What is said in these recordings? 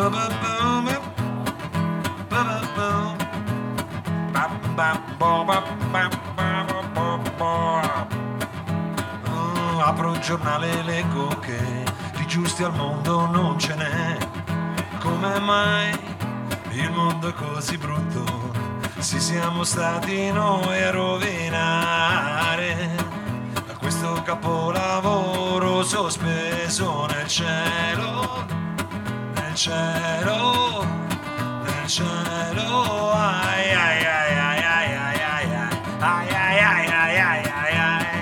Apro il giornale e leggo che di giusti al mondo non ce n'è. Come mai il mondo è così brutto? Sì, siamo stati noi a rovinare questo capolavoro sospeso nel cielo, nel cielo, nel cielo. Ai ai ai ai ai ai ai ai ai ai ai ai ai ai.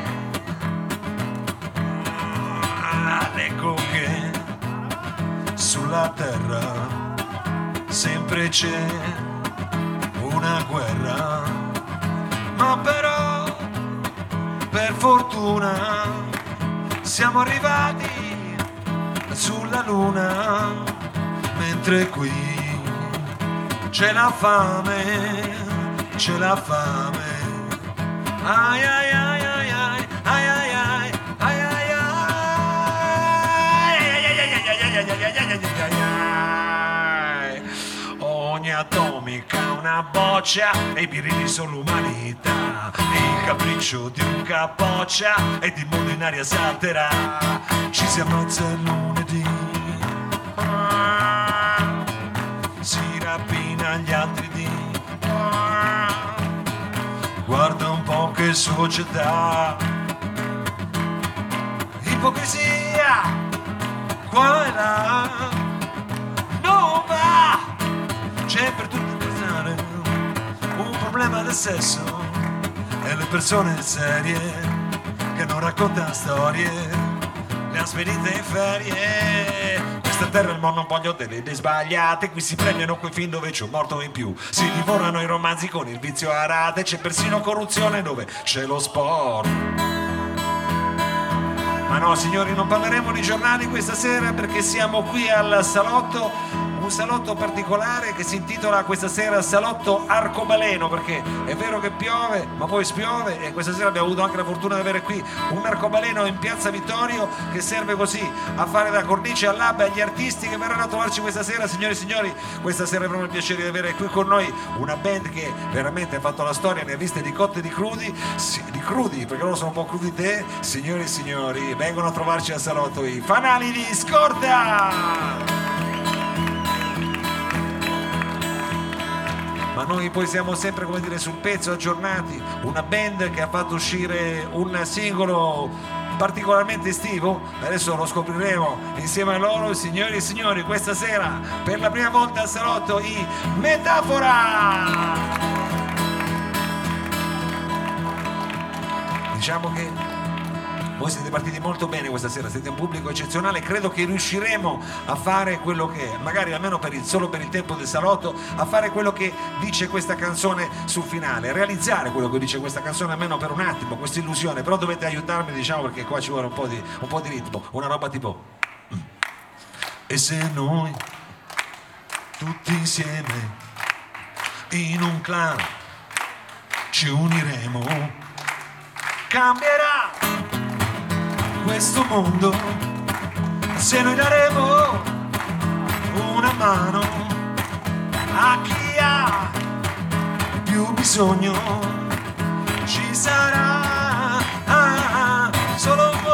Leggo che sulla terra sempre c'è una guerra, ma però per fortuna siamo arrivati sulla luna, mentre qui c'è la fame, c'è la fame. Ai ai ai ai ai ai ai ai ai ai ai. Ogni atomica una boccia e i birilli sono l'umanità. Il capriccio di un capoccia e il mondo in aria salterà. Ci si ammazza il lunedì, si rapina gli altri dì. Guarda un po' che società, ipocrisia qua e là, non va. C'è per tutte le persone un problema del sesso e le persone serie che non raccontano storie le han spedite in ferie. Questa terra è il monopolio delle idee sbagliate, qui si premiano quei film dove c'è un morto in più, si divorano i romanzi con il vizio a rate, c'è persino corruzione dove c'è lo sport. Ma no, signori, non parleremo di giornali questa sera perché siamo qui al salotto, un salotto particolare che si intitola questa sera Salotto Arcobaleno, perché è vero che piove, ma poi spiove e questa sera abbiamo avuto anche la fortuna di avere qui un arcobaleno in Piazza Vittorio che serve così a fare da cornice all'alba agli artisti che verranno a trovarci questa sera. Signore e signori, questa sera avremo il piacere di avere qui con noi una band che veramente ha fatto la storia, ne ha viste di cotte e di crudi, di crudi, perché loro sono un po' crudi te. Signore e signori, vengono a trovarci al salotto i Fanali di Scorta! Ma noi poi siamo sempre, come dire, sul pezzo, aggiornati. Una band che ha fatto uscire un singolo particolarmente estivo, adesso lo scopriremo insieme a loro. Signori e signori, questa sera per la prima volta al salotto i Metafora. Diciamo che voi siete partiti molto bene questa sera, siete un pubblico eccezionale, credo che riusciremo a fare quello che, magari almeno solo per il tempo del salotto, a fare quello che dice questa canzone sul finale, realizzare quello che dice questa canzone almeno per un attimo, questa illusione, però dovete aiutarmi, diciamo, perché qua ci vuole un po' di ritmo, una roba tipo e se noi tutti insieme in un clan ci uniremo, cambierà questo mondo se noi daremo una mano a chi ha più bisogno. Ci sarà solo un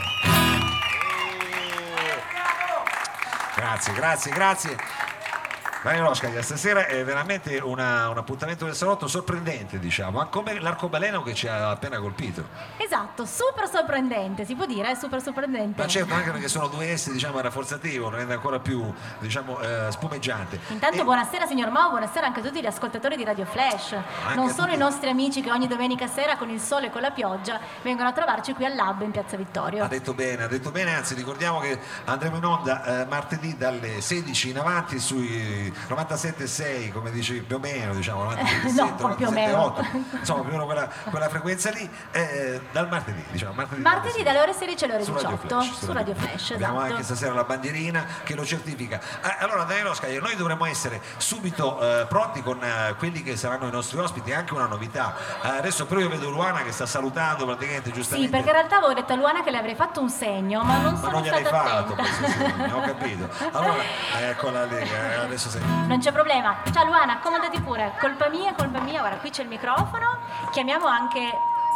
Grazie. Daniel Oscar, stasera è veramente un appuntamento del salotto sorprendente, diciamo, come l'arcobaleno che ci ha appena colpito. Esatto, super sorprendente, si può dire, super sorprendente. Ma certo, anche perché sono due S, diciamo, rafforzativo, lo rende ancora più, diciamo, spumeggiante. Intanto buonasera signor Mao, buonasera anche a tutti gli ascoltatori di Radio Flash. Non solo i nostri amici che ogni domenica sera con il sole e con la pioggia vengono a trovarci qui al Lab in Piazza Vittorio. Ha detto bene, anzi ricordiamo che andremo in onda martedì dalle 16 in avanti sui 97,6, come dici, più o meno, diciamo 97,7, no, più o meno 8, insomma più o meno quella frequenza lì, dal martedì, diciamo martedì dalle ore 16 alle ore 18 su Radio Flash. Abbiamo anche stasera la bandierina che lo certifica. Allora Daniel Oscar, noi dovremmo essere subito pronti con quelli che saranno i nostri ospiti, anche una novità. Adesso però io vedo Luana che sta salutando praticamente, giustamente. Sì, perché in realtà avevo detto a Luana che le avrei fatto un segno, ma non sono stata attenta. Questo segno, ho capito. Allora, eccola lì, adesso sei. Non c'è problema. Ciao Luana, accomodati pure. Colpa mia, guarda, qui c'è il microfono. Chiamiamo anche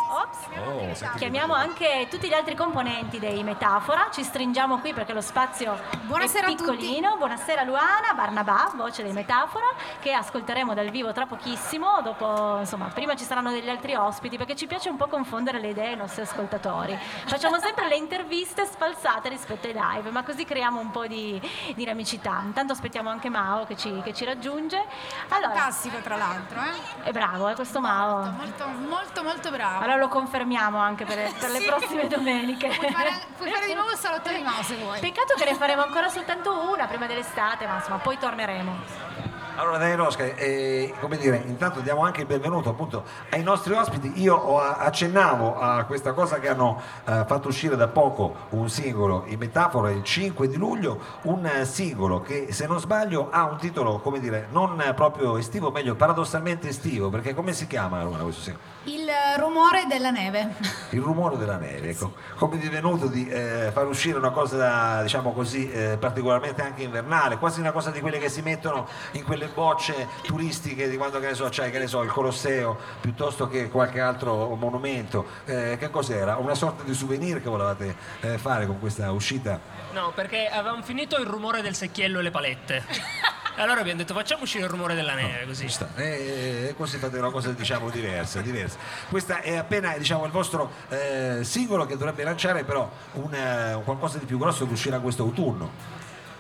chiamiamo anche tutti gli altri componenti dei Metafora, ci stringiamo qui perché lo spazio Buonasera è piccolino. A tutti. Buonasera Luana, Barnabà, voce dei Metafora, che ascolteremo dal vivo tra pochissimo. Dopo, insomma, prima ci saranno degli altri ospiti, perché ci piace un po' confondere le idee ai nostri ascoltatori. Facciamo sempre le interviste spalzate rispetto ai live, ma così creiamo un po' di dinamicità. Intanto aspettiamo anche Mao che ci raggiunge. Allora, fantastico, tra l'altro, è bravo, questo Mao. Molto bravo. Allora lo confermiamo anche per le prossime domeniche. Puoi fare di nuovo il salotto di Mao se vuoi. Peccato che ne faremo ancora soltanto una prima dell'estate, ma insomma poi torneremo. Allora Daniel Oscar, come dire, intanto diamo anche il benvenuto appunto ai nostri ospiti. Io accennavo a questa cosa che hanno fatto uscire da poco un singolo, in Metafora, il 5 di luglio, un singolo che, se non sbaglio, ha un titolo, come dire, non proprio estivo, meglio paradossalmente estivo, perché come si chiama allora questo singolo? Il rumore della neve. Il rumore della neve, ecco. Come è venuto di far uscire una cosa, diciamo così, particolarmente anche invernale, quasi una cosa di quelle che si mettono in quelle bocce turistiche di quando, che ne so, c'hai, che ne so, il Colosseo piuttosto che qualche altro monumento. Che cos'era? Una sorta di souvenir che volevate fare con questa uscita? No, perché avevamo finito il rumore del secchiello e le palette. Allora abbiamo detto facciamo uscire il rumore della neve, così. Così fate una cosa, diciamo, diversa. Questa è appena, diciamo, il vostro singolo, che dovrebbe lanciare però un qualcosa di più grosso che uscirà questo autunno.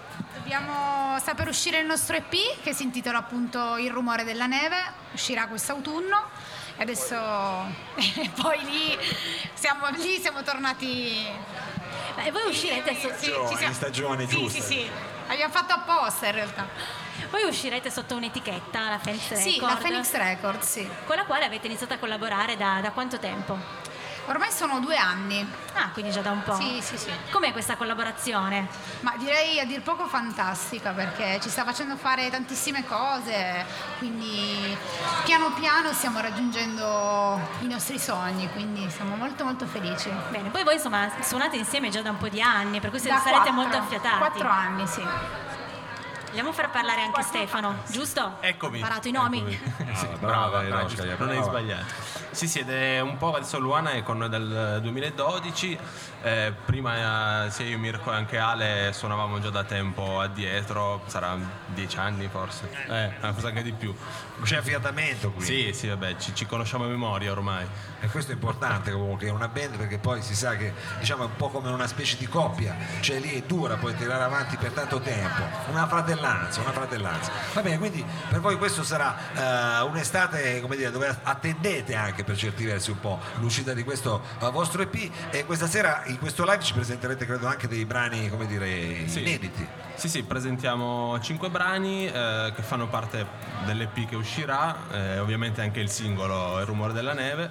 Sta per uscire il nostro EP che si intitola appunto Il rumore della neve, uscirà quest'autunno e adesso poi lì siamo tornati. E voi uscirete in stagione giusta. Sì, abbiamo fatto apposta in realtà. Voi uscirete sotto un'etichetta, la Phoenix Records. Sì, la Phoenix Records, sì. Con la quale avete iniziato a collaborare da quanto tempo? Ormai sono 2 anni. Ah, quindi già da un po'. Sì. Com'è questa collaborazione? Ma direi a dir poco fantastica, perché ci sta facendo fare tantissime cose, quindi piano piano stiamo raggiungendo i nostri sogni, quindi siamo molto felici. Bene, poi voi insomma suonate insieme già da un po' di anni, per cui sarete 4, molto affiatati. 4 anni, sì. Vogliamo far parlare anche Stefano, giusto? Eccomi. Ho imparato i nomi. Sì, brava, non hai sbagliato. Sì, ed è un po', adesso Luana è con noi dal 2012, prima sia io, Mirko e anche Ale suonavamo già da tempo addietro, sarà 10 anni forse, una cosa anche di più. C'è affiatamento qui. Sì, vabbè, ci conosciamo a memoria ormai. E questo è importante comunque, è una band, perché poi si sa che, diciamo, è un po' come una specie di coppia, cioè lì è dura poi tirare avanti per tanto tempo, una fratellanza. Va bene, quindi per voi questo sarà un'estate, come dire, dove attendete anche per certi versi un po' l'uscita di questo vostro EP, e questa sera in questo live ci presenterete, credo, anche dei brani, come dire, inediti. Sì, presentiamo 5 brani che fanno parte dell'EP che uscirà, ovviamente anche il singolo Il rumore della neve,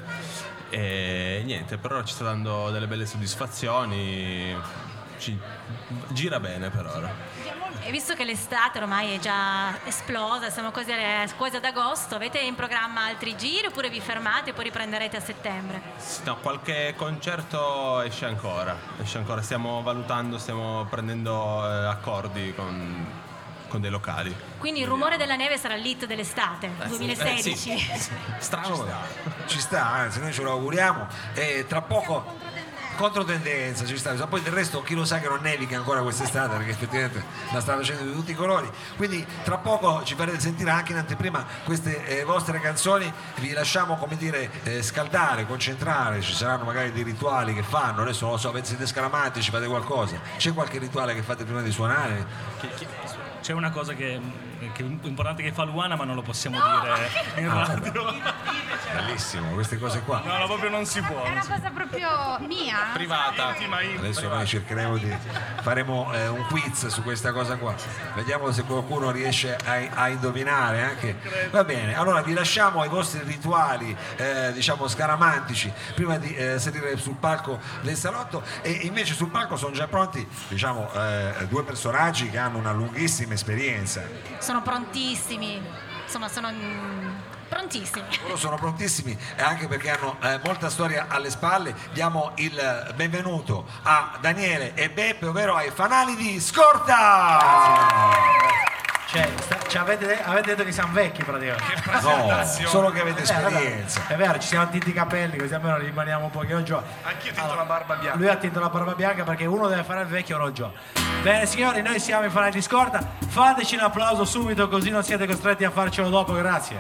e niente, per ora ci sta dando delle belle soddisfazioni, ci gira bene per ora. E visto che l'estate ormai è già esplosa, siamo quasi ad agosto, avete in programma altri giri oppure vi fermate e poi riprenderete a settembre? No, qualche concerto esce ancora, stiamo valutando, stiamo prendendo accordi con dei locali. Quindi Il rumore della neve sarà l'hit dell'estate 2016. Sì. Strano, ci sta, anzi noi ce lo auguriamo, e tra poco controtendenza, ci sta. Poi del resto chi lo sa che non nevica ancora quest'estate, perché effettivamente la sta facendo di tutti i colori. Quindi tra poco ci farete sentire anche in anteprima queste vostre canzoni. Vi lasciamo, come dire, scaldare, concentrare. Ci saranno magari dei rituali che fanno, adesso non lo so, siete scaramantici, fate qualcosa. C'è qualche rituale che fate prima di suonare? C'è una cosa che è importante che fa Luana, ma non lo possiamo dire in radio. Bellissimo, queste cose qua. No, proprio non si può. È una cosa proprio mia. Privata. Adesso noi cercheremo faremo un quiz su questa cosa qua, vediamo se qualcuno riesce a indovinare anche. Va bene, allora vi lasciamo ai vostri rituali diciamo scaramantici prima di salire sul palco del salotto, e invece sul palco sono già pronti, diciamo, due personaggi che hanno una lunghissima esperienza. Sono prontissimi, insomma sono prontissimi. Loro sono prontissimi, anche perché hanno molta storia alle spalle. Diamo il benvenuto a Daniele e Beppe, ovvero ai fanali di Scorta. Avete detto che siamo vecchi praticamente. No, solo che avete esperienza. È vero, ci siamo tinti i capelli, così almeno rimaniamo un pochino giovani. Anch'io tinto la barba bianca. Lui ha tinto la barba bianca perché uno deve fare il vecchio, non Gio. Bene signori, noi siamo i fanali di Scorta. Fateci un applauso subito, così non siete costretti a farcelo dopo, grazie.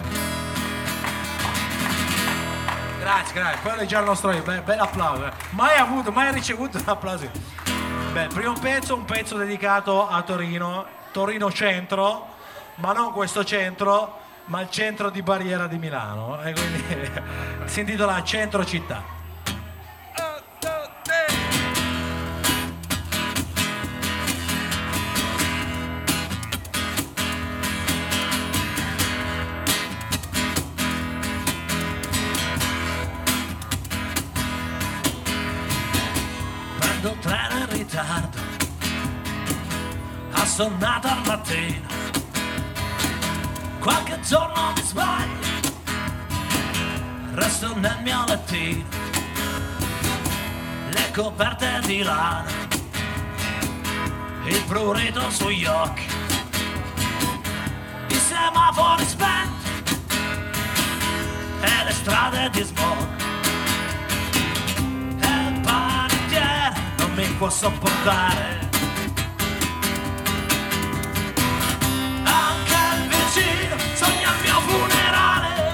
Grazie, quello è già il nostro io, bel applauso. Mai ricevuto un applauso. Beh, primo pezzo, un pezzo dedicato a Torino centro, ma non questo centro, ma il centro di Barriera di Milano. E quindi si intitola Centro Città. Prendo treno in ritardo, assonnato al mattino, qualche giorno mi sbaglio, resto nel mio lettino, le coperte di lana, il prurito sugli occhi, i semafori spenti e le strade di smog. Non mi può sopportare, anche il vicino sogna il mio funerale.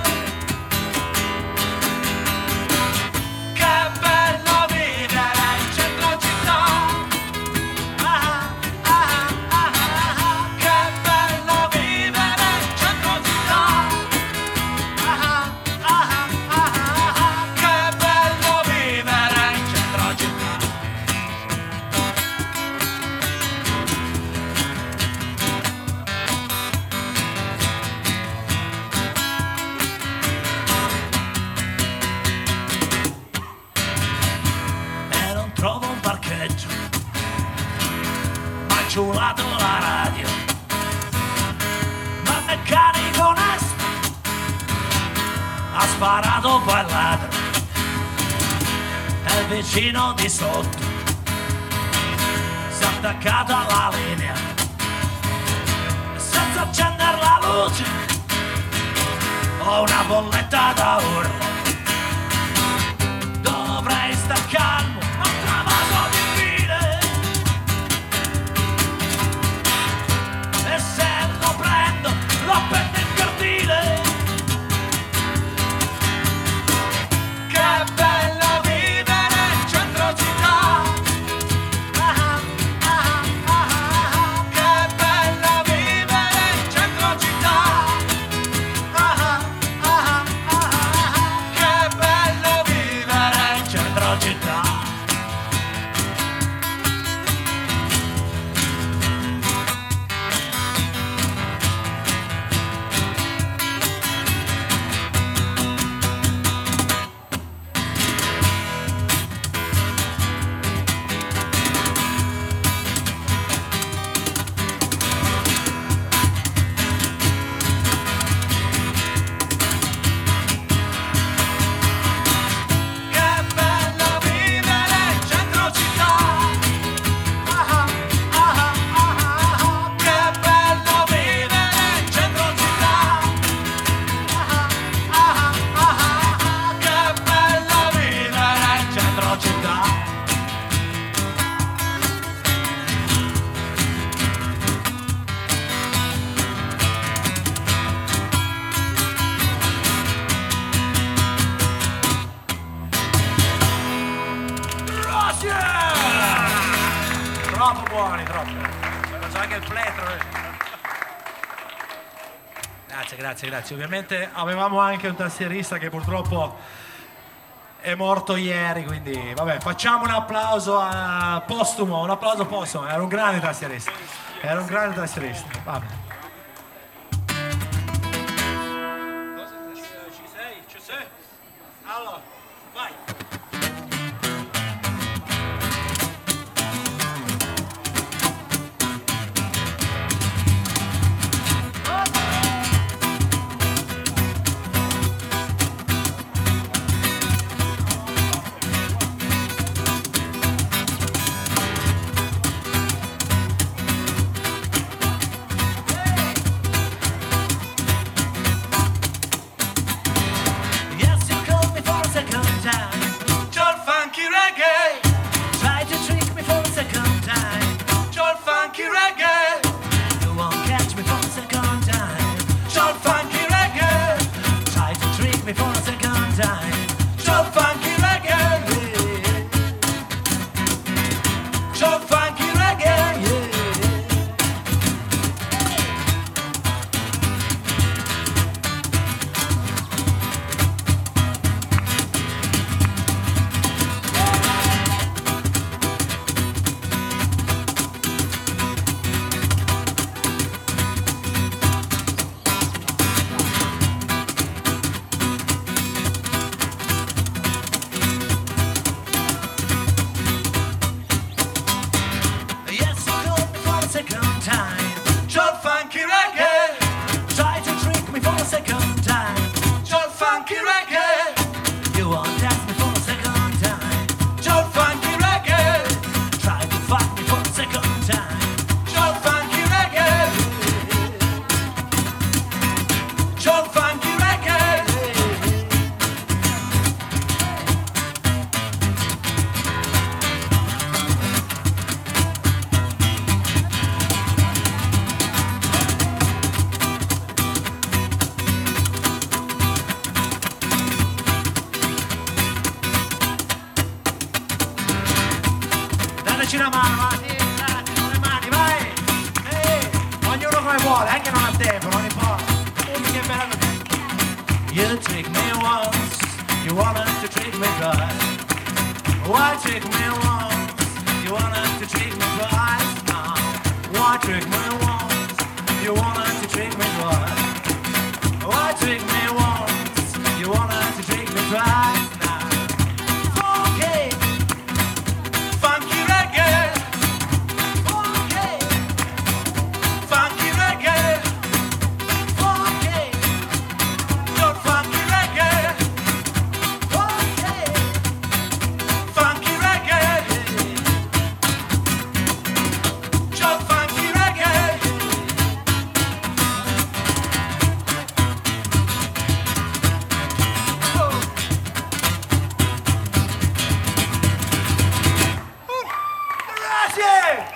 Che bello vivere in centro città, che bello vivere in centro città, che bello vivere in centro città. Trovo un parcheggio, ma ciulato la radio, ma il meccanico onesto ha sparato poi al ladro, e il vicino di sotto si è attaccato alla linea, senza accendere la luce ho una bolletta da urlo, dovrei star calmo. E se lo prendo, lo prendo in cardine. Che bello vivere in centro città, che bello vivere in centro città, che bello vivere in centro città. anche il plettro. Grazie. Ovviamente avevamo anche un tastierista che purtroppo è morto ieri, quindi vabbè, facciamo un applauso postumo, era un grande tastierista. Vabbè. Ci sei? Allora, vai. Yes, you called me for a second time. Joel Funky Reggae. Tried to trick me for a second time. Joel Funky Reggae. You won't catch me for a second time. Joel Funky Reggae. Tried to trick me for a second time. Joel Funky Reggae. Joel Funky Reggae. Yes, you called me for a second time. Joel Funky Reggae. Tried to trick me for a second time. Joel Funky Reggae. You won't ask me for a second time. Joel Funky Reggae. Tried to fuck me for a second time. Joel Funky Reggae. Joel Funky Reggae. Dateci una mano, va, sì, date, con le mani, vai! Ognuno come vuole, anche non ha tempo, non importa. Che bello! You trick me once, you wanted to trick me twice. Why trick me once, you wanted to trick me twice now? Why trick me once, you wanted to trick me twice? Why trick me once, you wanted to trick me twice now? Funky, funky reggae. Funky, funky reggae. Funky. Your funky reggae. Funky. Funky reggae. Your funky reggae. Grazie!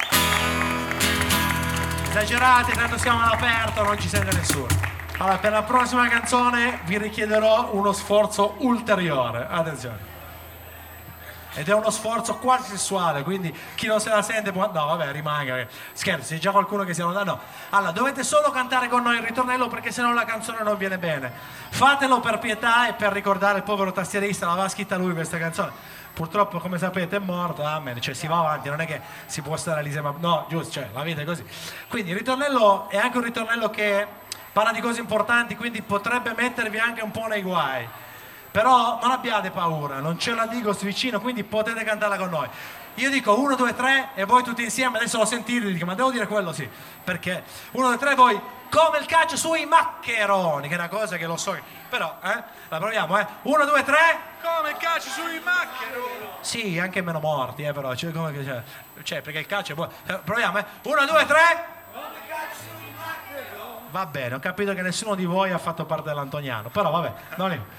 Esagerate, tanto siamo all'aperto, non ci sente nessuno. Allora, per la prossima canzone vi richiederò uno sforzo ulteriore. Attenzione. Ed è uno sforzo quasi sessuale, quindi chi non se la sente può... No, vabbè, rimanga. Scherzo, c'è già qualcuno che si allontana. No. Allora, dovete solo cantare con noi il ritornello perché sennò la canzone non viene bene. Fatelo per pietà e per ricordare il povero tastierista, l'aveva scritta lui questa canzone. Purtroppo, come sapete, è morto, amen. Cioè si va avanti, non è che si può stare lì sempre... No, giusto, cioè, la vita è così. Quindi il ritornello è anche un ritornello che parla di cose importanti, quindi potrebbe mettervi anche un po' nei guai. Però non abbiate paura, non c'è la Digos vicino, quindi potete cantarla con noi. Io dico 1, 2, 3 e voi tutti insieme, adesso lo sentite, dico, ma devo dire quello sì, perché 1, 2, 3 voi come il calcio sui maccheroni, che è una cosa che lo so, però la proviamo, 1, 2, 3 come il calcio sui maccheroni. Sì, anche meno morti, però cioè, come che cioè, perché il calcio è buono. Proviamo, 1, 2, 3 come il calcio sui maccheroni. Va bene, ho capito che nessuno di voi ha fatto parte dell'Antoniano, però vabbè, non è...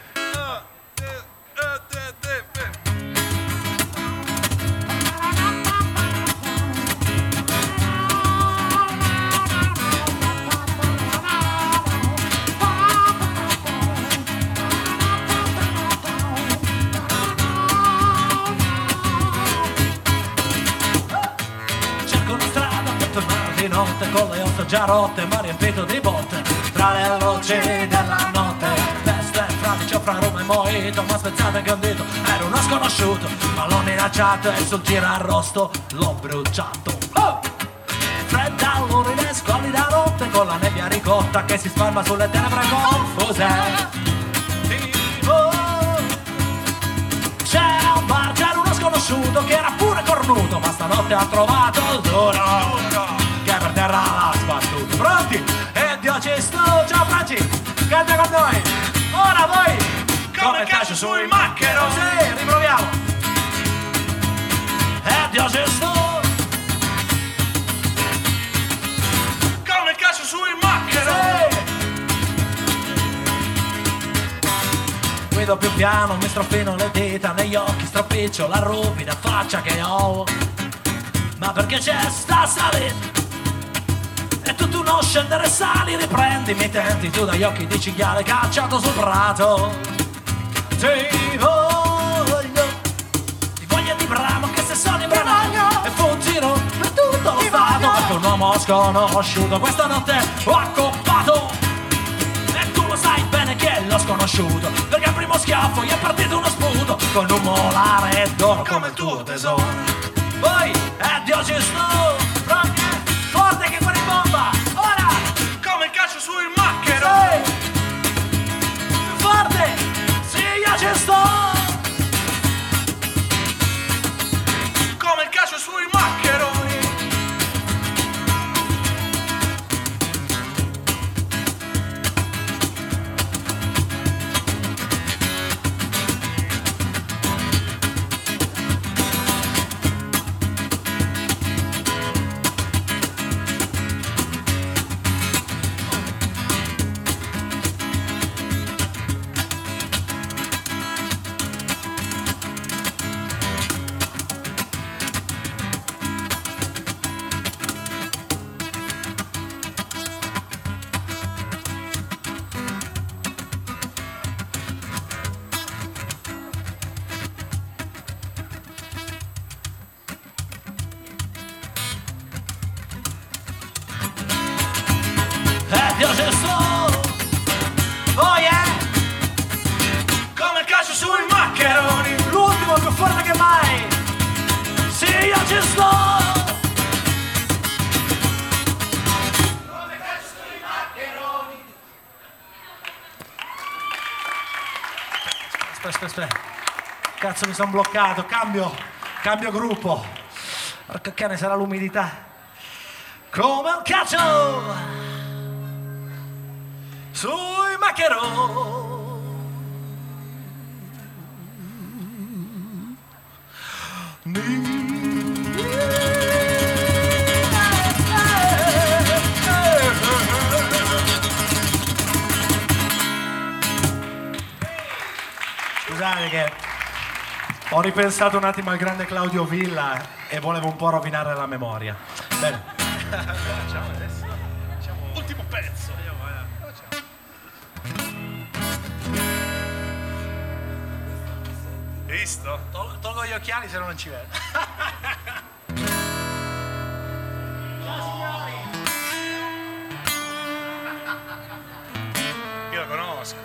Cerco una strada per tornare di notte con le ossa già rotte, ma riempito di botte. Tra le luci della notte, feste, fradicio fra Roma e Mojito, ma spezzato e candito, era uno sconosciuto, ma l'ho minacciato e sul girarrosto l'ho bruciato. Fredda l'urine, squallida notte, con la nebbia ricotta che si spalma sulle tenebre confuse. C'era un bar, c'era uno sconosciuto che era pure cornuto, ma stanotte ha trovato il duro che per terra l'ha sbattuto. Pronti? E Dio ci sto, ciao Franci, canta con noi. Ora voi, come calcio sui macchero. Sì, riproviamo. E Dio ci sto, come calcio sui macchero. Sì. Guido più piano, mi stroppino le dita negli occhi, stroppiccio la ruvida faccia che ho. Ma perché c'è sta salita? E tu non scendere sali, riprendi, mi tenti tu dagli occhi di cinghiale cacciato sul prato. Ti voglio di bramo che se sono in brano e fu un giro per tutto lo stato, perché un uomo sconosciuto questa notte ho accoppato. E tu lo sai bene che è lo sconosciuto, perché al primo schiaffo gli è partito uno sputo con un molare d'oro come il tuo tesoro. Poi addio ci sto, forte che fuori bomba. Ora come il calcio sul macchero. Sì. Forte, sì, io ci sto, come il calcio sui maccheroni. Io ci sto, oh yeah, come il calcio sui maccheroni, l'ultimo più forte che mai, sì io ci sto, come il calcio sui maccheroni. Aspetta, cazzo mi sono bloccato, cambio gruppo, porca cane sarà l'umidità, come il calcio sui maccheroni. Scusate che ho ripensato un attimo al grande Claudio Villa e volevo un po' rovinare la memoria. Bene. Facciamo adesso. Ultimo pezzo. Visto? Tolgo gli occhiali se no non ci vedo. Ciao signori! Io lo conosco.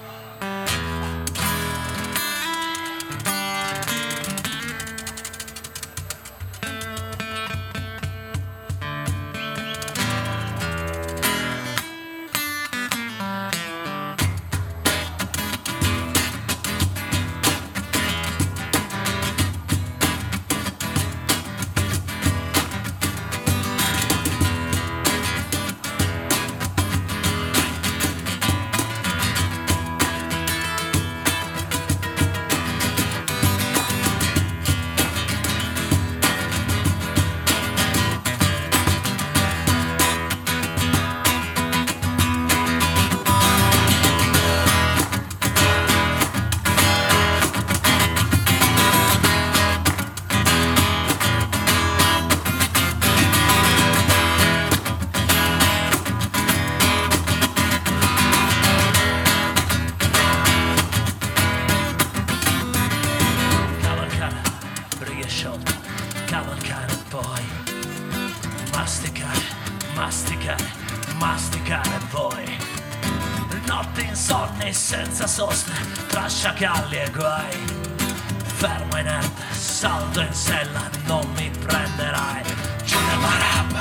masticare voi. Notti insonni senza soste, tra sciacalli e guai. Fermo inerte, saldo in sella, non mi prenderai. Giù la barabba,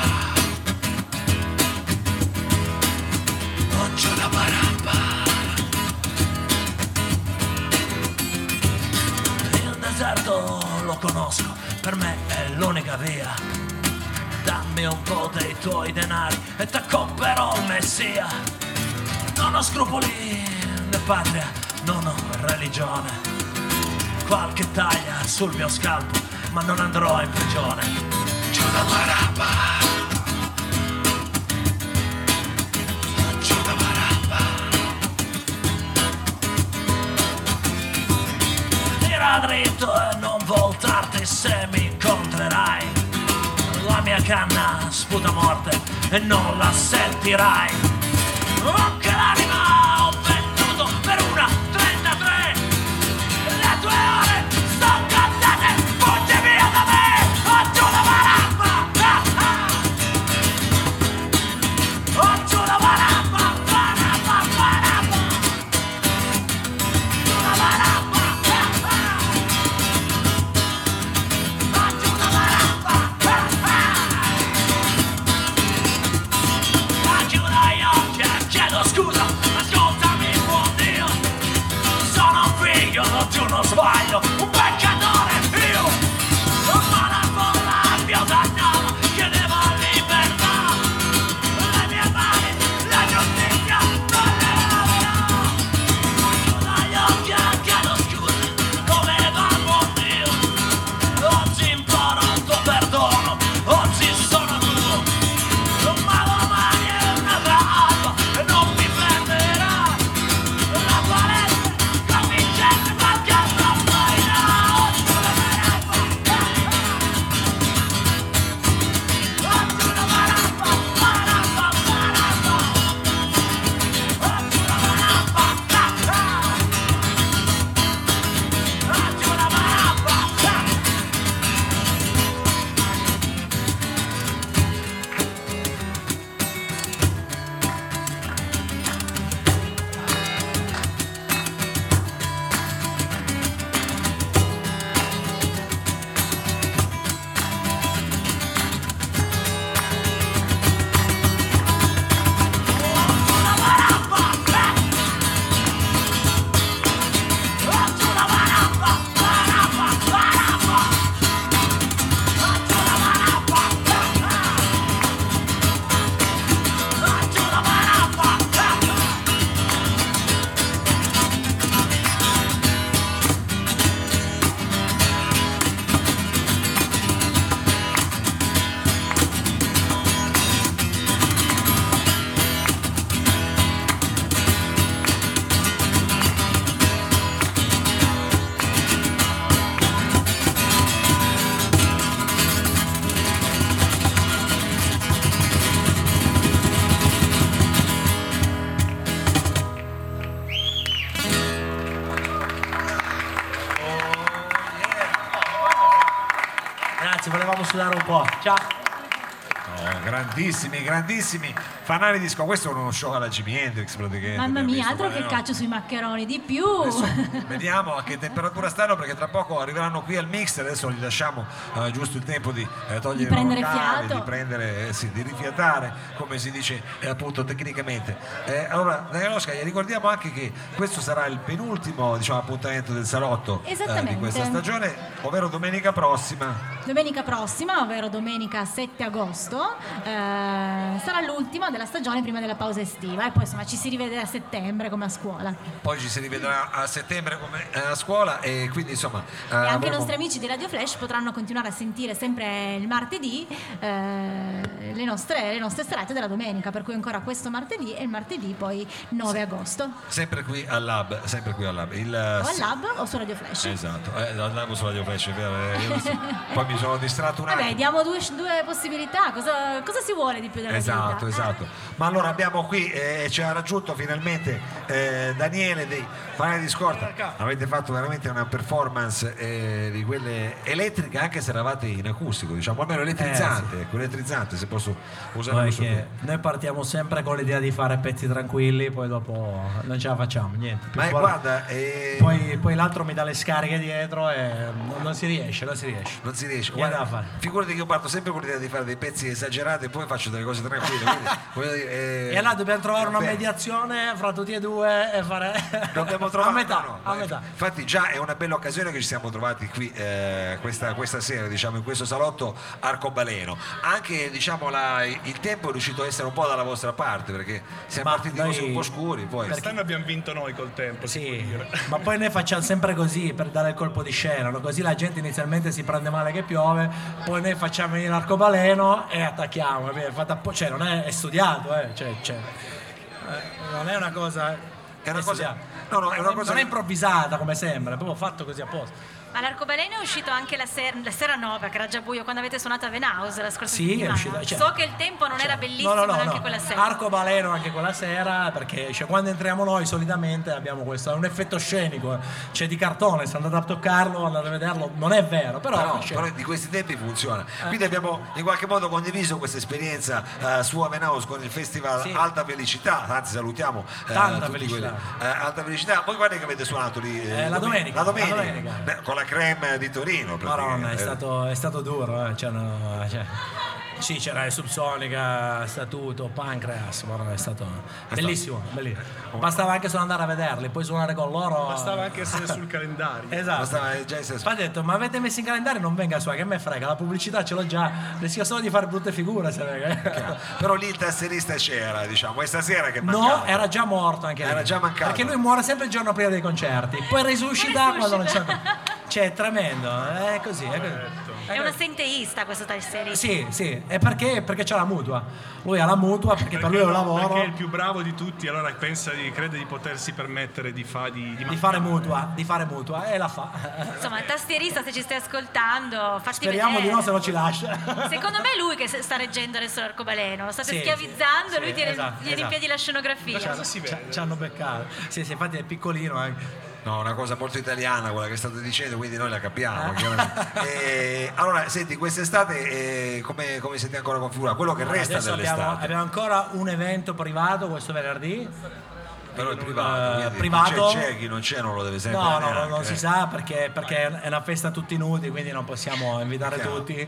oh giù la barabba. Il deserto lo conosco, per me è l'unica via. Dammi un po' dei tuoi denari e t'accopperò il messia. Non ho scrupoli né patria, non ho religione. Qualche taglia sul mio scalpo, ma non andrò in prigione. Giù la barabba, giù la barabba. Tira dritto e non voltarti se mi incontrerai. La mia canna sputa morte e non la sentirai. Oh, che l'anima ho venduto per una 33. Le tue ore sono cantate, fuggi via da me. Oh, giù la barabba, oh, giù la barabba, barabba, barabba. Giù la barabba, oh, giù la barabba, chiudo gli occhi e chiedo scusa, ascoltami buon Dio. Sono figlio di uno sbaglio, un peccatore io. Ma la folla mio dannato chiedeva libertà. Le mie mani, la giustizia non le laverò. Chiudo gli occhi e chiedo scusa, come va buon Dio. Oggi imploro il tuo perdono, oggi sono tuo. Ma domani è un'altra alba e non mi prenderà. La palestra, la vincente, qualche altra farina. Oggi una barabba, oggi una barabba, barabba, barabba. Oggi una barabba, oggi una barabba. Grazie, volevamo sudare un po'. Ciao. Grandissimi, grandissimi fanali disco. Questo è uno show alla Jimi Hendrix praticamente. Mamma abbiamo mia, visto, altro ma che no. caccio sui maccheroni, di più. Adesso vediamo a che temperatura stanno, perché tra poco arriveranno qui al mixer. Adesso gli lasciamo giusto il tempo di togliere Di prendere i loro cavi, fiato. di prendere, sì, di rifiatare, come si dice appunto tecnicamente. Allora, Danielosca, gli ricordiamo anche che questo sarà il penultimo, diciamo, appuntamento del salotto di questa stagione, ovvero domenica prossima. Domenica prossima, ovvero domenica 7 agosto, sarà l'ultima della stagione prima della pausa estiva, e poi insomma ci si rivede a settembre come a scuola. Poi ci si rivedrà a settembre come a scuola, e quindi insomma E anche i nostri amici di Radio Flash potranno continuare a sentire sempre il martedì le nostre serate della domenica, per cui ancora questo martedì e il martedì poi 9 agosto. sempre qui al Lab. O al Lab o su Radio Flash. Esatto, al Lab o su Radio Flash, è vero, io poi mi mi sono distratto un attimo. Vabbè, diamo due possibilità, cosa si vuole di più della vita? Esatto. Ma allora abbiamo qui, ci ha raggiunto finalmente Daniele dei Fanali di Scorta. Avete fatto veramente una performance di quelle elettriche, anche se eravate in acustico, diciamo, almeno elettrizzante, elettrizzante, se posso usare questo termine. Noi partiamo sempre con l'idea di fare pezzi tranquilli, poi dopo non ce la facciamo, niente. Ma guarda, poi l'altro mi dà le scariche dietro e non si riesce. Guarda, figurati che io parto sempre con l'idea di fare dei pezzi esagerati e poi faccio delle cose tranquille. Quindi, voglio dire, e allora dobbiamo trovare una mediazione fra tutti e due e fare dobbiamo trovare a metà. Infatti già è una bella occasione che ci siamo trovati qui questa sera, diciamo, in questo salotto arcobaleno. Anche, diciamo, il tempo è riuscito a essere un po' dalla vostra parte, perché siamo partiti così un po' scuri, poi quest'anno abbiamo vinto noi col tempo. Sì, ma poi noi facciamo sempre così per dare il colpo di scena, no? Così la gente inizialmente si prende male che piove, poi noi facciamo venire l'arcobaleno e attacchiamo, cioè non è studiato, non è una cosa, è una cosa, non è improvvisata come sembra, è proprio fatto così apposta. Ma l'arcobaleno è uscito anche la sera no, perché era già buio quando avete suonato a Venhouse la scorsa settimana. È uscito, so che il tempo non era bellissimo anche quella sera. Arcobaleno anche quella sera, perché quando entriamo noi solitamente abbiamo questo, è un effetto scenico, c'è di cartone, se andate a toccarlo, andate a vederlo, non è vero, però di questi tempi funziona. Quindi abbiamo in qualche modo condiviso questa esperienza su a Venhouse con il festival Alta Felicità, anzi salutiamo tanta tutti felicità. Alta Felicità. Voi guardate che avete suonato lì la domenica. Beh, con la Creme di Torino. Madonna, è stato duro, sì, c'era il Subsonica, Statuto, Pancreas, è stato bellissimo. Bastava anche solo andare a vederli, poi suonare con loro. Bastava anche essere sul calendario. Esatto. Ha detto, ma avete messo in calendario, non venga su, che me frega, la pubblicità ce l'ho già, rischio solo di fare brutte figure. Però lì il tasserista c'era, diciamo, e stasera che mancava? No, era già morto anche lì. Era già mancato. Perché lui muore sempre il giorno prima dei concerti, poi risuscita quando non c'è. Cioè, è tremendo, è così. È un assenteista questo tasserista. Sì, è perché c'ha la mutua. Lui ha la mutua perché per lui è un lavoro. Perché è il più bravo di tutti, allora crede di potersi permettere di fare mutua e la fa. Insomma, il tastierista, se ci stai ascoltando, fatti speriamo vedere. di no, se no ci lascia. Secondo me è lui che sta reggendo adesso l'arcobaleno, lo state schiavizzando, lui tiene in piedi la scenografia. Ci hanno beccato. Sì, infatti è piccolino anche. No, una cosa molto italiana quella che state dicendo, quindi noi la capiamo. Allora, senti, quest'estate come siete ancora configurati? Quello che resta dell'estate? Abbiamo ancora un evento privato questo venerdì. Però il privato c'è chi non c'è, non lo deve sempre no, non si sa perché è una festa tutti nudi, quindi non possiamo invitare tutti.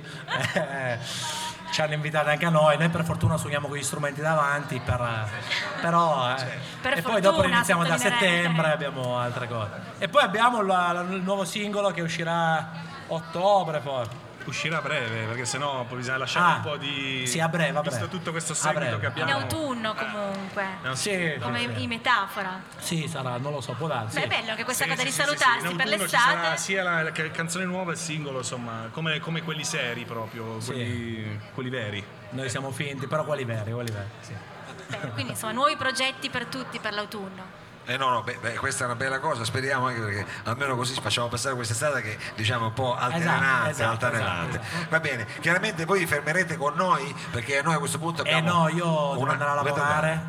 Ci hanno invitato anche a noi per fortuna suoniamo con gli strumenti davanti, però e poi dopo iniziamo da settembre, abbiamo altre cose e poi abbiamo il nuovo singolo che uscirà ottobre, poi uscirà a breve, perché sennò poi bisogna lasciare un po' di... Sì, a breve. Visto tutto questo seguito che abbiamo... In autunno comunque. Sì. Come in metafora. Sì, sarà, non lo so, può darsi. Beh, è bello che questa cosa di salutarsi per l'estate. Sia la canzone nuova e il singolo, insomma, come quelli seri proprio, quelli veri. Noi siamo finti, però quelli veri, sì. Beh, quindi insomma, nuovi progetti per tutti per l'autunno. Questa è una bella cosa, speriamo anche perché almeno così facciamo passare quest'estate che diciamo un po' altalenante. Esatto. Va bene, chiaramente voi vi fermerete con noi perché noi a questo punto abbiamo no, io devo andare a lavorare.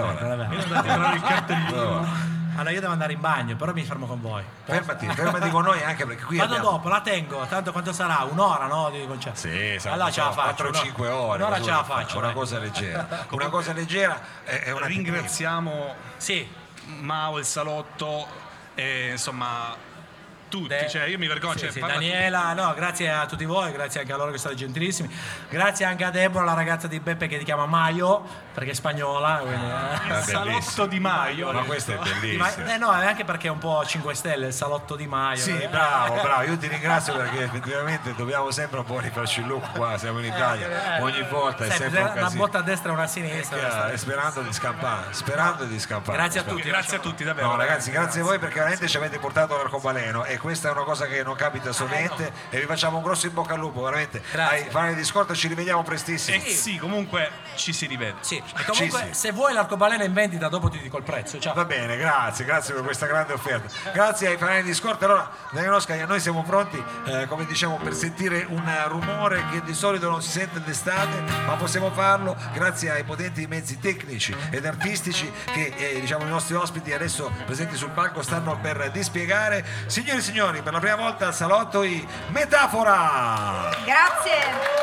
Il cartellino. Allora io devo andare in bagno, però mi fermo con voi. Fermati con noi anche perché qui vado dopo, la tengo, tanto quanto sarà? Un'ora, no? Di concerto? Sì, allora ce la faccio. 4-5 ore. Un'ora ce la faccio. Una cosa leggera. Una cosa leggera è una ringraziamo sì. Mao, il salotto, insomma tutti, cioè io mi vergogno. Daniela, grazie a tutti voi, grazie anche a loro che sono gentilissimi, grazie anche a Deborah, la ragazza di Beppe che ti chiama Maio perché è spagnola, quindi, il salotto di Maio. Ma questo è bellissimo. No, è anche perché è un po' 5 Stelle il salotto di Maio. Sì, bravo, io ti ringrazio perché effettivamente dobbiamo sempre un po' rifarci il look qua, siamo in Italia, ogni volta è sempre un casino. Una botta a destra e una a sinistra. Sperando di scampare. Grazie a tutti. Grazie a tutti, davvero. No, ragazzi, grazie a voi perché veramente ci avete portato l'arcobaleno e questa è una cosa che non capita sovente e vi facciamo un grosso in bocca al lupo, veramente. Ai Fanali di Scorta ci rivediamo prestissimo. Sì, comunque ci si rivede. Sì, e comunque Sì. se vuoi l'arcobaleno in vendita dopo ti dico il prezzo. Ciao. Va bene, grazie per questa grande offerta. Grazie ai Fanali di Scorta. Allora, Daniele Oscar, noi siamo pronti, come diciamo, per sentire un rumore che di solito non si sente d'estate, ma possiamo farlo grazie ai potenti mezzi tecnici ed artistici che diciamo i nostri ospiti adesso presenti sul palco stanno per dispiegare. Signori e signori, per la prima volta al salotto i Metafora. Grazie.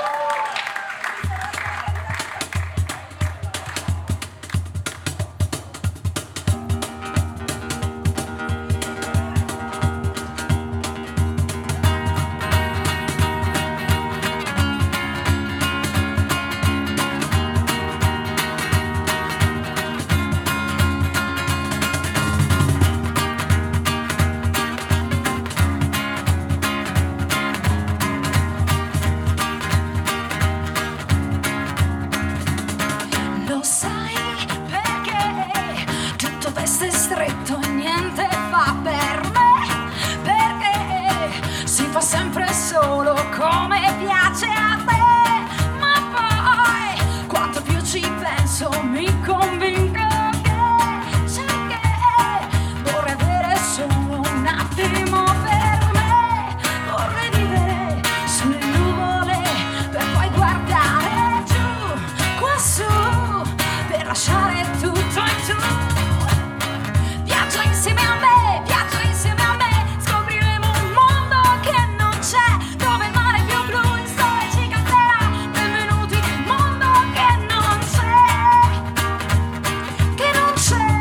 Lo sai perché tutto veste stretto e niente fa per me, perché si fa sempre solo come piace a te, ma poi quanto più ci penso mi convinco che c'è che vorrei avere solo un attimo per me, vorrei vivere sulle nuvole per poi guardare giù, quassù, per lasciare tutto in tu. Viaggia insieme a me, viaggia insieme a me, scopriremo un mondo che non c'è, dove il mare è più blu, il sole ci canterà, benvenuti nel mondo che non c'è, che non c'è.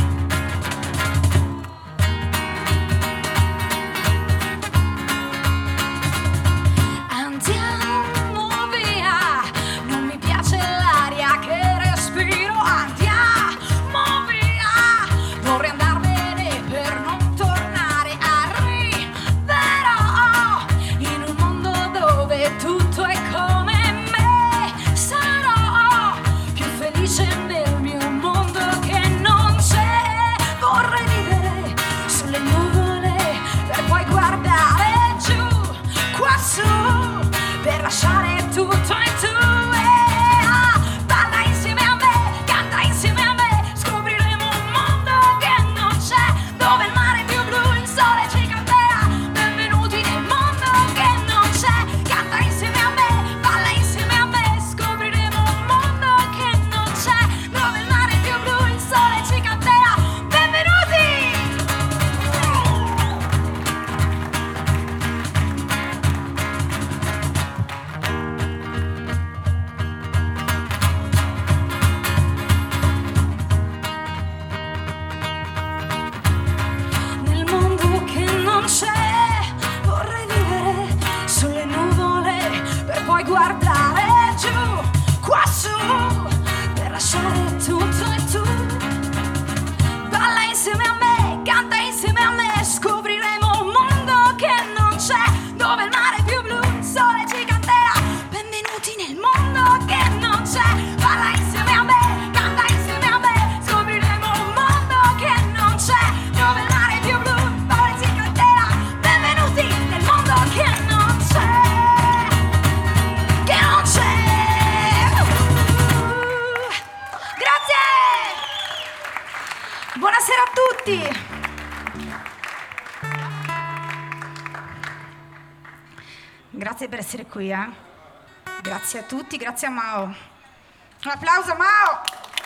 Andiamo via, non mi piace l'aria che respiro, andiamo via, vorrei andarmene per non tornare, arriverò in un mondo dove tutto è come me, sarò più felice nel mio mondo che non c'è, vorrei vivere sulle nuvole per poi guardare giù, quassù, per lasciare tutto in tu. Balla insieme a me, canta insieme a me, scopriremo un mondo che non c'è, dove il mare è più blu, il sole ci canterà, benvenuti nel mondo che non c'è, canta insieme a me, balla insieme a me, scopriremo un mondo che non c'è, dove il mare è più blu, il sole ci canterà, benvenuti! Nel mondo che non c'è, vorrei vivere sulle nuvole per poi guardare giù, quassù, per lasciare tutto e tu. Balla insieme a me, canta insieme a me, scopriremo un mondo che non c'è, dove il mare è più blu, il sole ci canterà, benvenuti nel mondo che non c'è. Balla insieme a me, canta insieme a me, scopriremo un mondo che non c'è, dove il mare è più blu, il sole ci canterà, benvenuti nel mondo che non c'è, che non c'è. Grazie! Buonasera a tutti! Grazie per essere qui, Grazie a tutti, grazie a Mao. Un applauso a Mao!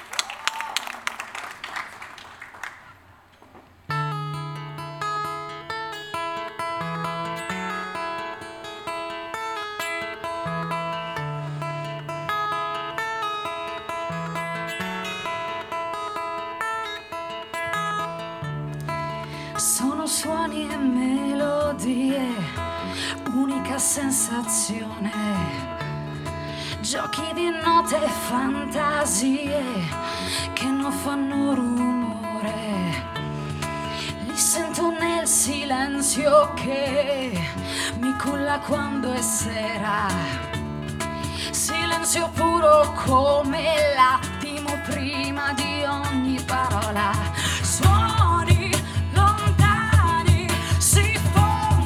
Sono suoni e melodie, unica sensazione, giochi di note e fantasie che non fanno rumore, li sento nel silenzio che mi culla quando è sera, silenzio puro come l'attimo prima di ogni parola, suoni lontani si formano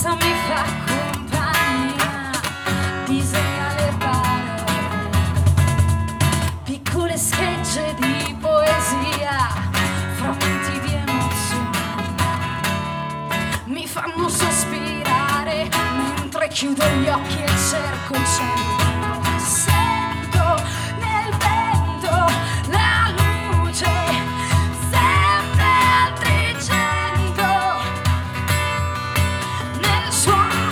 cosa mi fa compagnia, disegna le parole, piccole schegge di poesia, frammenti di emozioni, mi fanno sospirare mentre chiudo gli occhi e cerco il cielo. Sento nel vento la luce, sempre altri 100 nel suono.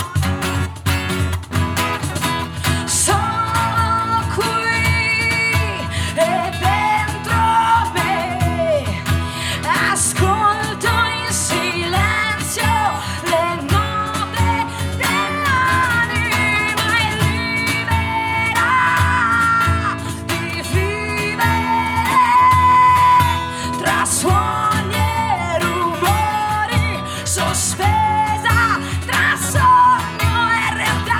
Sono qui e dentro me ascolto in silenzio le note dell'anima e libera di vivere tra suoni e rumori, sospesa tra sogno e realtà.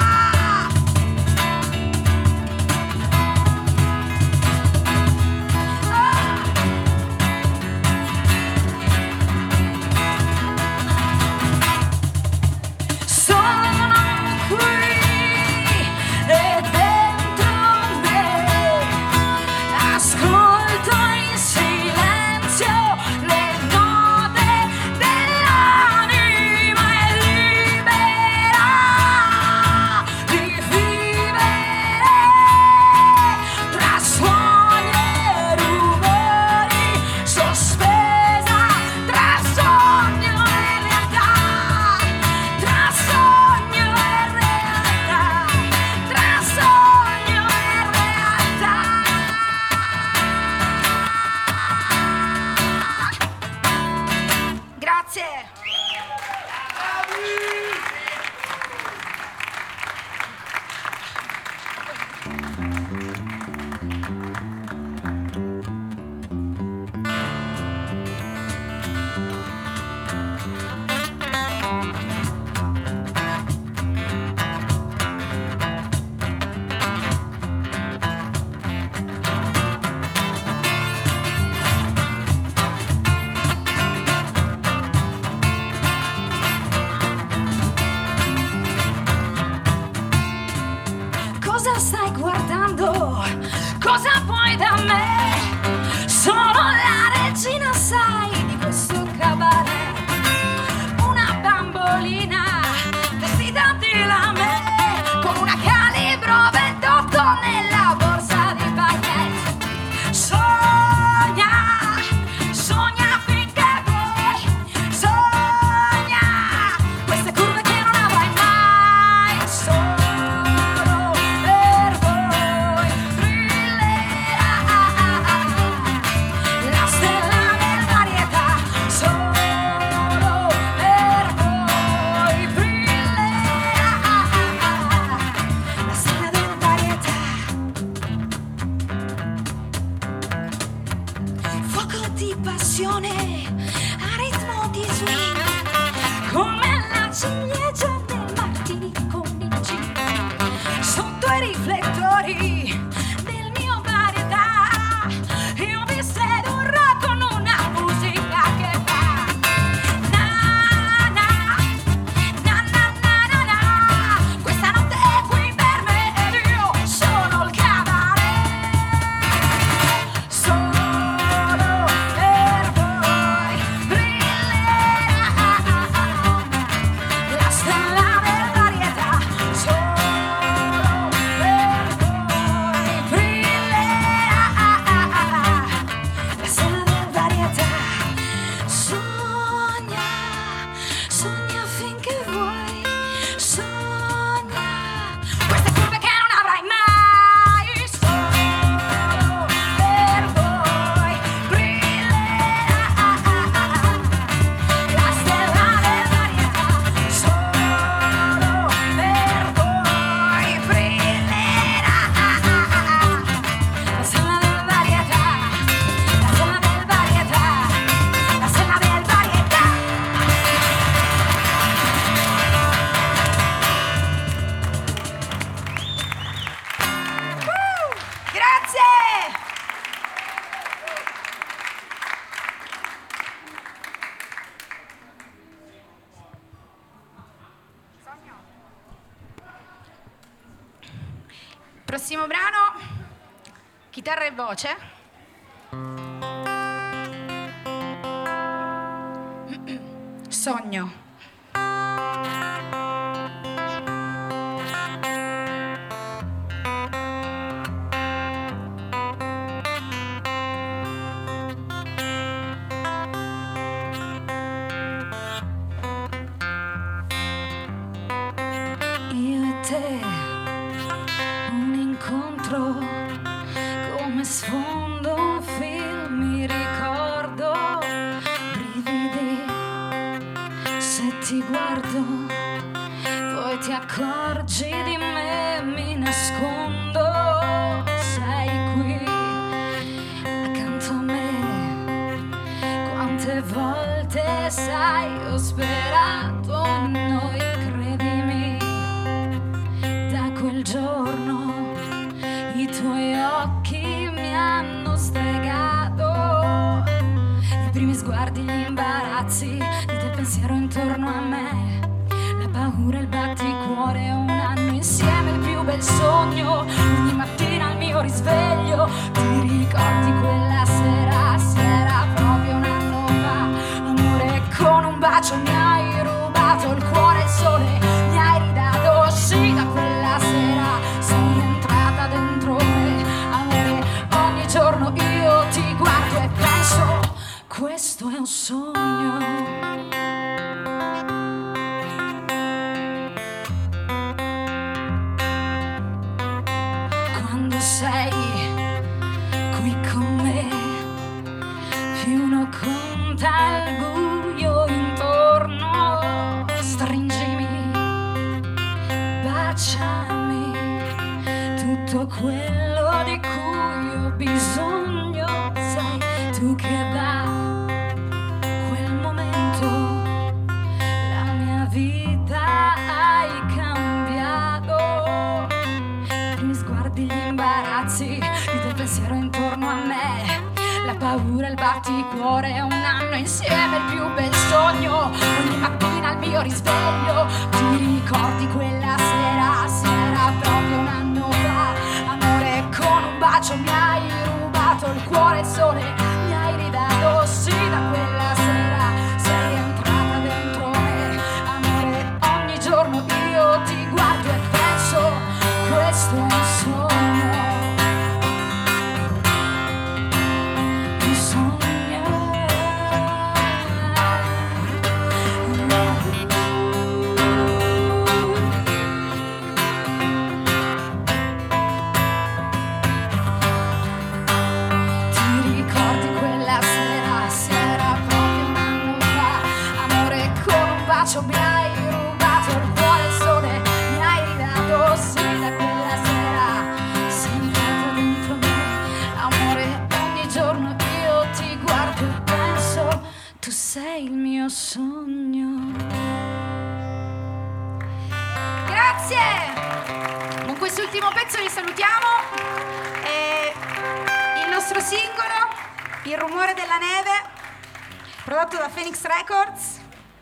Sono qui e dentro me ascolto in silenzio le note dell'anima e libera di vivere tra suoni e rumori, sospesa tra sogno e realtà, tra sogno e realtà, tra sogno e realtà. Grazie. Cosa stai guardando? Cosa vuoi da me? Sono la regina, sai, di questo cabaret. Una bambolina vestita di lame, con una calibro 28 nella borsa di paillette. Sogna, sogna finché vuoi, sogna queste curve che non avrai mai. Solo per voi brillerà Prossimo brano, chitarra e voce. Sogno. Io e te, un incontro come sfondo un film, mi ricordo brividi se ti guardo, poi ti accorgi di me, mi nascondo, sei qui accanto a me, quante volte sai ho sperato in noi, credimi, da quel giorno i tuoi occhi mi hanno stregato, i primi sguardi, gli imbarazzi di te pensiero intorno a me, la paura, il batticuore, un anno insieme, il più bel sogno, ogni mattina al mio risveglio, ti ricordi quella sera, si era proprio un anno fa, amore, con un bacio mi hai rubato il cuore e il sole, mi hai ridato, sì, da quella sera sei entrata dentro me, amore, ogni giorno io ti guardo e penso, questo è un sogno. Quando sei qui con me, più uno conta il buio intorno, stringimi, baciami, tutto quello di cui ho bisogno, sei tu che da quel momento la mia vita hai cambiato, i primi sguardi, gli imbarazzi di te pensiero intorno a me, la paura, il batticuore, un anno insieme, il più bel sogno, ogni mattina al mio risveglio, ti ricordi quella sera, si era proprio un anno fa, amore, con un bacio mi hai rubato il cuore e il sole, mi hai ridato, sì, da quella sera sei entrata dentro me, amore, ogni giorno io ti guardo e penso, questo è un sogno. Un sogno. Ti ricordi quella sera, si era proprio un anno fa, amore, con un bacio mi hai rubato il cuore e il sole, mi hai ridato, sì, da quella sera sei entrata dentro me, amore, ogni giorno io ti guardo e penso, tu sei il mio sogno. Grazie! Con quest'ultimo pezzo vi salutiamo. Il nostro singolo, Il rumore della neve, prodotto da Phoenix Records.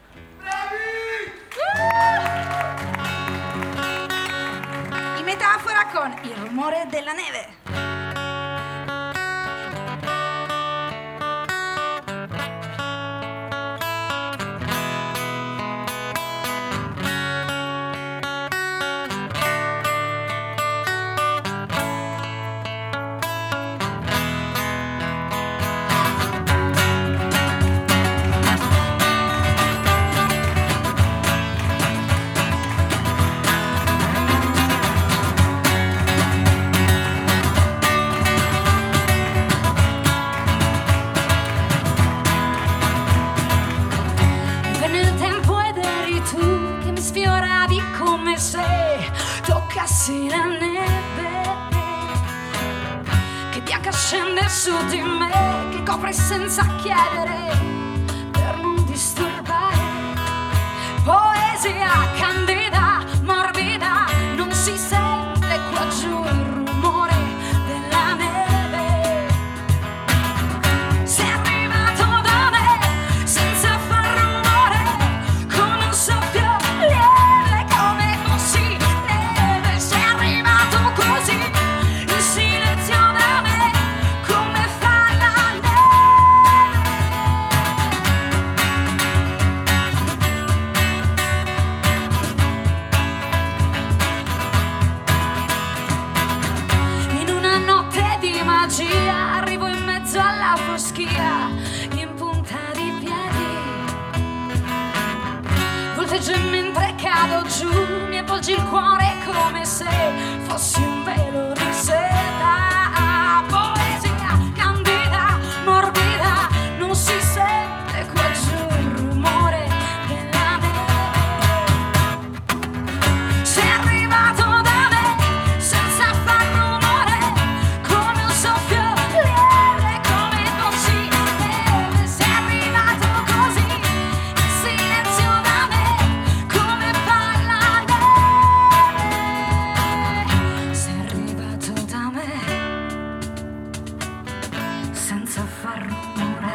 In metafora con Il rumore della neve. Venne il tempo ed eri tu che mi sfioravi come se toccassi la neve, che bianca scende su di me, che copre senza chiedere per non disturbare. Poesia candida, morbida, non si sente qua giù il rumore della neve. Sei arrivato da me senza far rumore, come un soffio lieve, come fossi neve. Sei arrivato così fossi un velo di seta, poesia candida, morbida, non si sente qua giù il rumore della neve. Sei arrivato da me senza far rumore, come un soffio lieve, come fossi neve. Sei arrivato così, in silenzio da me, come fa la neve. Sei arrivato da me senza far rumore.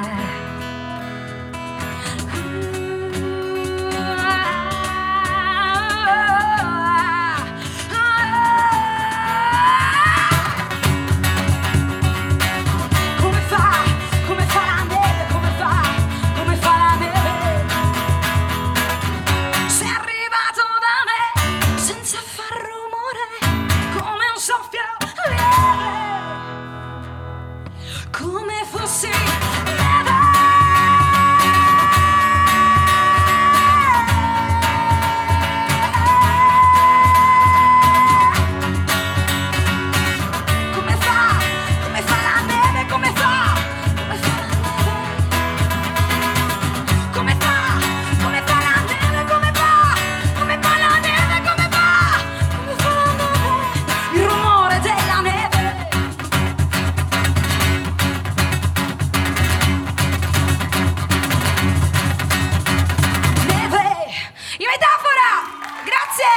Come fa la neve, come fa la neve. Sei arrivato da me senza far rumore, come un soffio lieve, come fossi neve. Come fa la neve, come fa la neve. Come fa la neve, come fa la neve, come fa la neve. Il rumore della neve. Neve, in metafora. Grazie.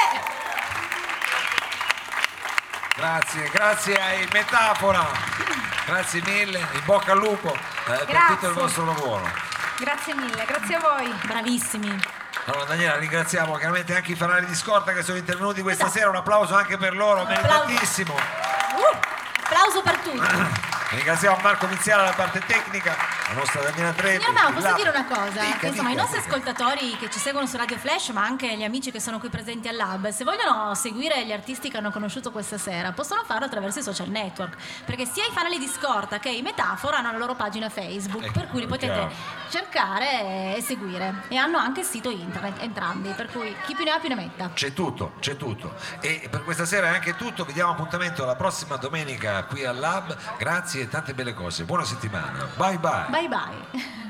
Grazie ai Metafora, grazie mille, in bocca al lupo per Grazie. tutto il vostro lavoro. Grazie mille, grazie a voi. Bravissimi. Allora Daniela, ringraziamo chiaramente anche i fanali di scorta che sono intervenuti questa sera, un applauso anche per loro, meritatissimo. Applauso per tutti. Ringraziamo Marco Viziale alla parte tecnica, la nostra Daniela Treppi. Signor Mau, posso la- dire una cosa? Dica, Che, insomma, dica, i nostri dica. ascoltatori che ci seguono su Radio Flash, ma anche gli amici che sono qui presenti al Lab, se vogliono seguire gli artisti che hanno conosciuto questa sera, possono farlo attraverso i social network, perché sia i fanali di scorta che i Metafora hanno la loro pagina Facebook, per cui li potete chiaro. cercare e seguire. E hanno anche il sito internet, entrambi, per cui chi più ne ha più ne metta. C'è tutto. E per questa sera è anche tutto. Vi diamo appuntamento la prossima domenica qui al Lab. Grazie e tante belle cose. Buona settimana. Bye bye. Bye bye.